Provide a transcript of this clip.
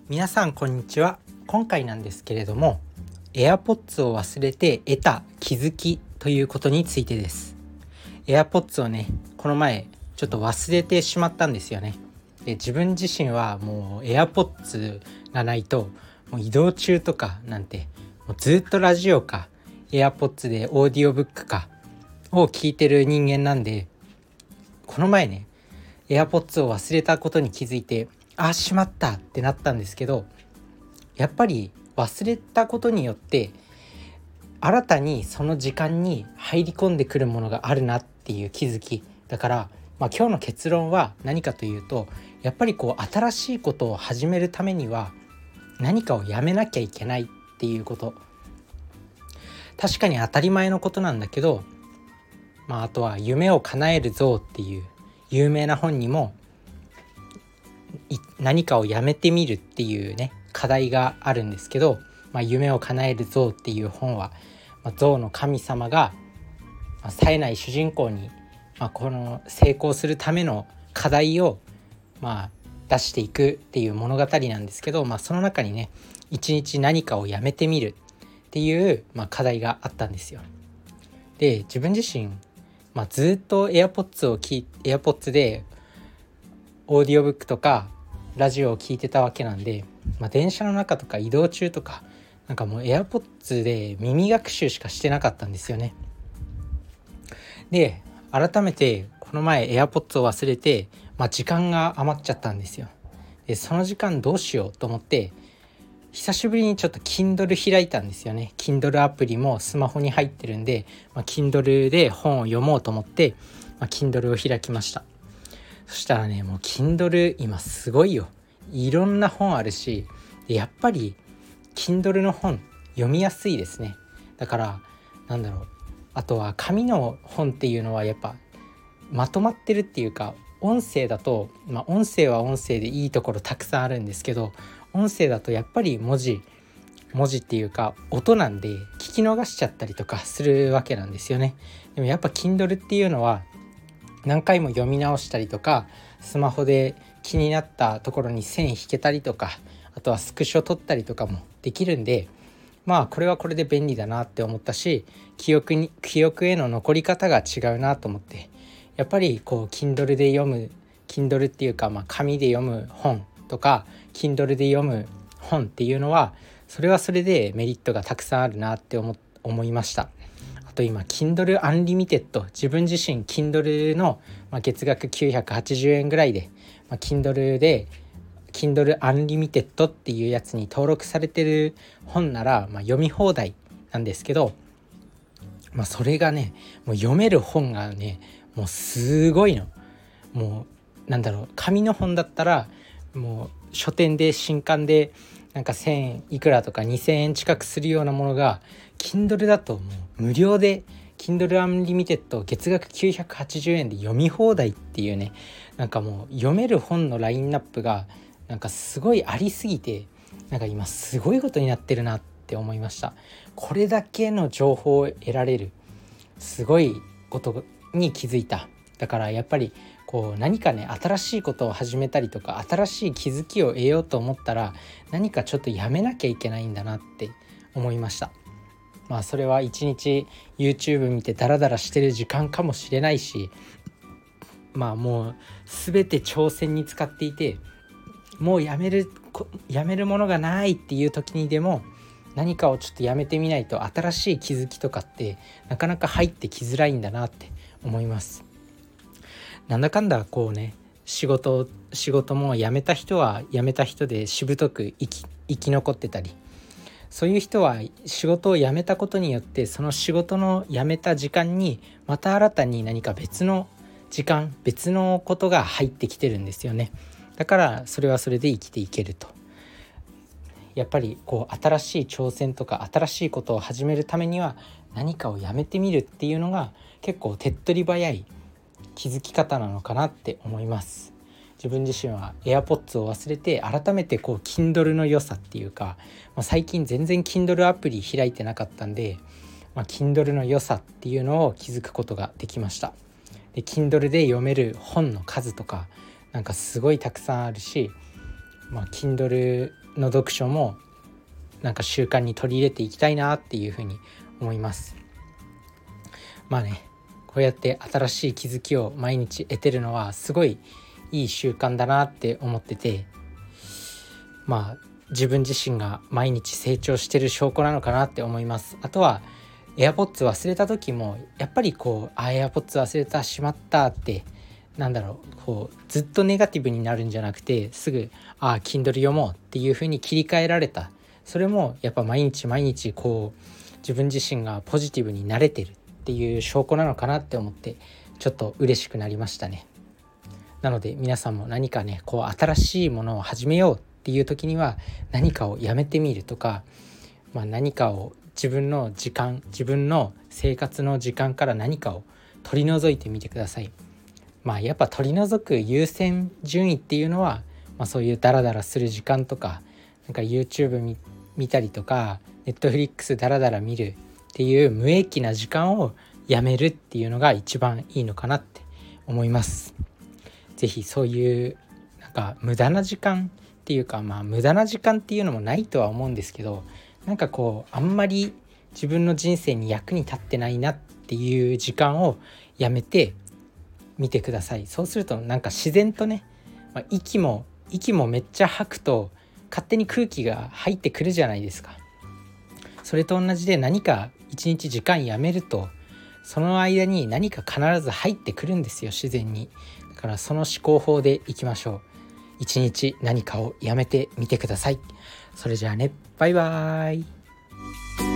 皆さんこんにちは。今回なんですけれども AirPods を忘れて得た気づきということについてです。 AirPods をねこの前ちょっと忘れてしまったんですよね。で自分自身はもう AirPods がないともう移動中とかなんてもうずっとラジオか AirPods でオーディオブックかを聞いてる人間なんで、この前ね AirPods を忘れたことに気づいてしまったってなったんですけど、やっぱり忘れたことによって新たにその時間に入り込んでくるものがあるなっていう気づきだから、今日の結論は何かというと、やっぱり新しいことを始めるためには何かをやめなきゃいけないっていうこと。確かに当たり前のことなんだけど、あとは夢を叶える像っていう有名な本にも何かをやめてみるっていうね課題があるんですけど、夢を叶える像っていう本は、像の神様が、冴えない主人公に、この成功するための課題を、出していくっていう物語なんですけど、その中にね一日何かをやめてみるっていう、課題があったんですよ。で自分自身、ずっと AirPods でオーディオブックとかラジオを聞いてたわけなんで、電車の中とか移動中とかもう AirPods で耳学習しかしてなかったんですよね。で改めてこの前 AirPods を忘れて、時間が余っちゃったんですよ。でその時間どうしようと思って久しぶりにちょっと Kindle 開いたんですよね。 Kindle アプリもスマホに入ってるんで、Kindle で本を読もうと思って、Kindle を開きました。そしたらねもう Kindle 今すごいよ。いろんな本あるし、やっぱり Kindle の本読みやすいですね。だからあとは紙の本っていうのはやっぱまとまってるっていうか、音声だと、音声は音声でいいところたくさんあるんですけど、音声だとやっぱり文字っていうか音なんで聞き逃しちゃったりとかするわけなんですよね。でもやっぱ Kindle っていうのは何回も読み直したりとか、スマホで気になったところに線引けたりとか、あとはスクショ撮ったりとかもできるんで、これはこれで便利だなって思ったし、記憶への残り方が違うなと思って、やっぱりKindle で読む Kindle っていうか、紙で読む本とか Kindle で読む本っていうのはそれはそれでメリットがたくさんあるなって思いました。あと今 Kindle Unlimited、 自分自身 Kindle の月額980円ぐらいで、Kindle で Kindle Unlimited っていうやつに登録されてる本なら、読み放題なんですけど、それがねもう読める本がねもうすごいの。もう紙の本だったらもう書店で新刊で1000いくらとか2000円近くするようなものが Kindle だともう無料で Kindle Unlimited 月額980円で読み放題っていうね、もう読める本のラインナップがすごいありすぎて、今すごいことになってるなって思いました。これだけの情報を得られるすごいことに気づいた。だからやっぱり何かね新しいことを始めたりとか新しい気づきを得ようと思ったら何かちょっとやめなきゃいけないんだなって思いました。それは一日 YouTube 見てダラダラしてる時間かもしれないし、もう全て挑戦に使っていて、もうやめるものがないっていう時にでも何かをちょっとやめてみないと新しい気づきとかってなかなか入ってきづらいんだなって思います。なんだかんだ仕事も辞めた人は辞めた人でしぶとく生き残ってたり、そういう人は仕事を辞めたことによってその仕事の辞めた時間にまた新たに何か別の時間別のことが入ってきてるんですよね。だからそれはそれで生きていけると。やっぱり新しい挑戦とか新しいことを始めるためには何かをやめてみるっていうのが結構手っ取り早い気づき方なのかなって思います。自分自身は AirPods を忘れて改めてKindle の良さっていうか、最近全然 Kindle アプリ開いてなかったんで、Kindle の良さっていうのを気づくことができました。で Kindle で読める本の数とかすごいたくさんあるし、Kindle の読書もなんか習慣に取り入れていきたいなっていうふうに思います。まあね、こうやって新しい気づきを毎日得てるのはすごいいい習慣だなって思ってて、まあ自分自身が毎日成長してる証拠なのかなって思います。あとはAirPods 忘れた時もやっぱりAirPods 忘れたしまったってずっとネガティブになるんじゃなくて、すぐKindle 読もうっていう風に切り替えられた。それもやっぱ毎日毎日自分自身がポジティブになれてるっていう証拠なのかなって思って、ちょっと嬉しくなりましたね。なので皆さんも何かね新しいものを始めようっていう時には何かをやめてみるとか、何かを自分の生活の時間から何かを取り除いてみてください。やっぱ取り除く優先順位っていうのは、そういうダラダラする時間とか、YouTube 見たりとか Netflix ダラダラ見るっていう無益な時間をやめるっていうのが一番いいのかなって思います。ぜひそういう無駄な時間っていうか、無駄な時間っていうのもないとは思うんですけど、あんまり自分の人生に役に立ってないなっていう時間をやめてみてください。そうすると自然とね、息もめっちゃ吐くと勝手に空気が入ってくるじゃないですか。それと同じで、何か一日時間やめるとその間に何か必ず入ってくるんですよ、自然に。だからその思考法でいきましょう。一日何かをやめてみてください。それじゃあね、バイバーイ。